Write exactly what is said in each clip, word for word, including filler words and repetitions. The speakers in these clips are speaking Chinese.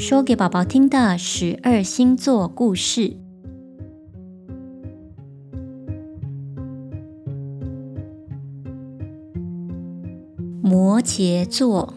说给宝宝听的十二星座故事。摩羯座，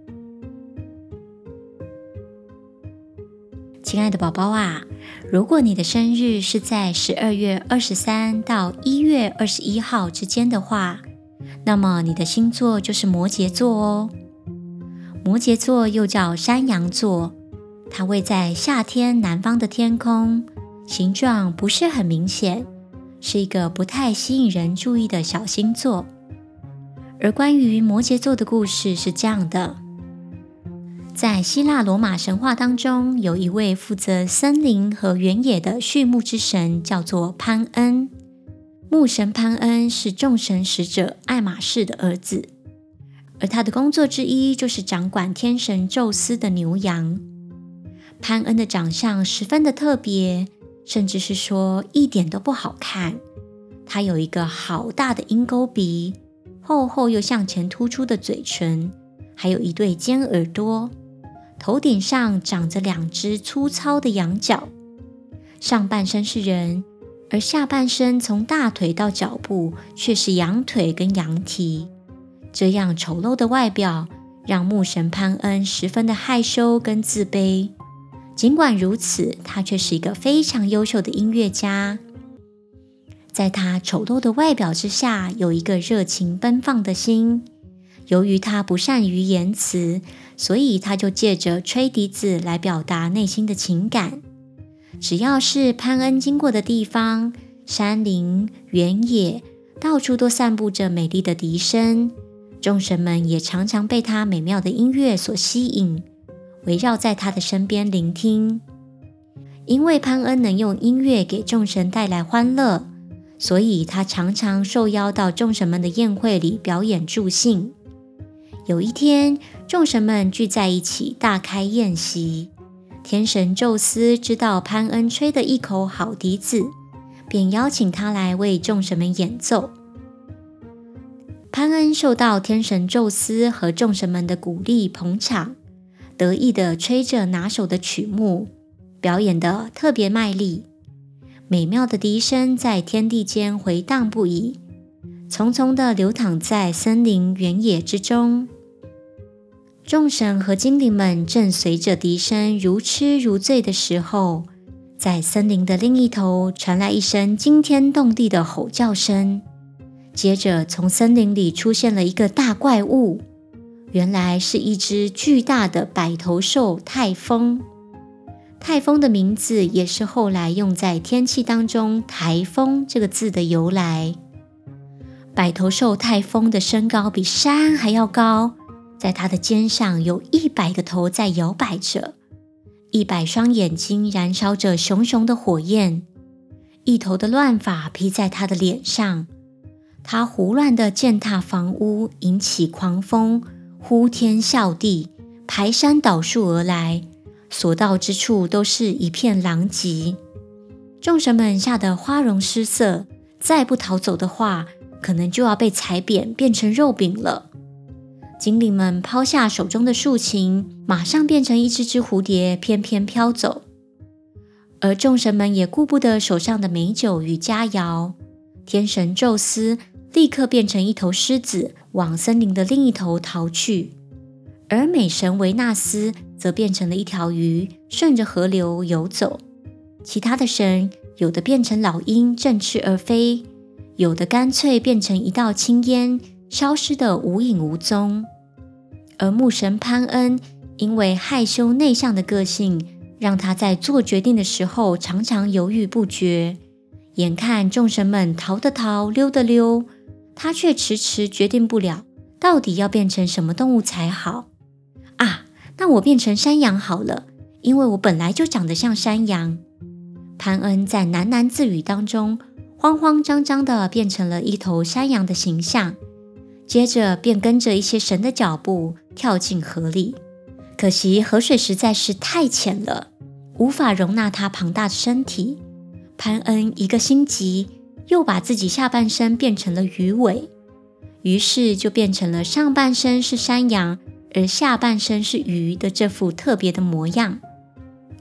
亲爱的宝宝啊，如果你的生日是在十二月二十三到一月二十一号之间的话，那么你的星座就是摩羯座哦。摩羯座又叫山羊座，它位在夏天南方的天空，形状不是很明显，是一个不太吸引人注意的小星座。而关于摩羯座的故事是这样的，在希腊罗马神话当中，有一位负责森林和原野的畜牧之神，叫做潘恩。牧神潘恩是众神使者爱马仕的儿子，而他的工作之一就是掌管天神宙斯的牛羊。潘恩的长相十分的特别，甚至是说一点都不好看。他有一个好大的鹰钩鼻，厚厚又向前突出的嘴唇，还有一对尖耳朵，头顶上长着两只粗糙的羊角。上半身是人，而下半身从大腿到脚部却是羊腿跟羊蹄。这样丑陋的外表让牧神潘恩十分的害羞跟自卑。尽管如此，他却是一个非常优秀的音乐家。在他丑陋的外表之下，有一个热情奔放的心。由于他不善于言辞，所以他就借着吹笛子来表达内心的情感。只要是潘恩经过的地方，山林、原野，到处都散布着美丽的笛声。众神们也常常被他美妙的音乐所吸引，围绕在他的身边聆听。因为潘恩能用音乐给众神带来欢乐，所以他常常受邀到众神们的宴会里表演助兴。有一天，众神们聚在一起大开宴席。天神宙斯知道潘恩吹得一口好笛子，便邀请他来为众神们演奏。潘恩受到天神宙斯和众神们的鼓励捧场，得意地吹着拿手的曲目，表演得特别卖力。美妙的笛声在天地间回荡不已，匆匆地流淌在森林原野之中。众神和精灵们正随着笛声如痴如醉的时候，在森林的另一头传来一声惊天动地的吼叫声。接着从森林里出现了一个大怪物，原来是一只巨大的百头兽泰风。泰风的名字也是后来用在天气当中台风这个字的由来。百头兽泰风的身高比山还要高，在它的肩上有一百个头在摇摆着，一百双眼睛燃烧着熊熊的火焰，一头的乱发披在它的脸上。它胡乱地践踏房屋，引起狂风，呼天笑地，排山倒树而来，所到之处都是一片狼藉。众神们吓得花容失色，再不逃走的话，可能就要被踩扁变成肉饼了。精灵们抛下手中的竖琴，马上变成一只只蝴蝶，翩翩飘走。而众神们也顾不得手上的美酒与佳肴，天神宙斯立刻变成一头狮子，往森林的另一头逃去。而美神维纳斯则变成了一条鱼，顺着河流游走。其他的神有的变成老鹰，振翅而飞，有的干脆变成一道青烟，消失得无影无踪。而牧神潘恩因为害羞内向的个性，让他在做决定的时候常常犹豫不决。眼看众神们逃的逃，溜的溜，他却迟迟决定不了，到底要变成什么动物才好。啊，那我变成山羊好了，因为我本来就长得像山羊。潘恩在喃喃自语当中，慌慌张张地变成了一头山羊的形象，接着便跟着一些神的脚步跳进河里。可惜河水实在是太浅了，无法容纳他庞大的身体。潘恩一个心急，又把自己下半身变成了鱼尾，于是就变成了上半身是山羊，而下半身是鱼的这副特别的模样。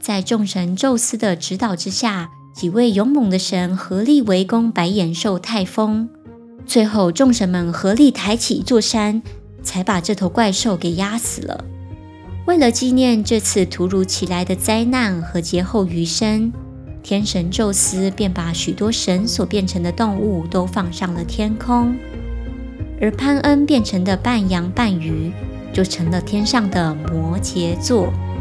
在众神宙斯的指导之下，几位勇猛的神合力围攻白眼兽泰丰，最后众神们合力抬起一座山，才把这头怪兽给压死了。为了纪念这次突如其来的灾难和劫后余生，天神宙斯便把许多神所变成的动物都放上了天空，而潘恩变成的半羊半鱼就成了天上的摩羯座。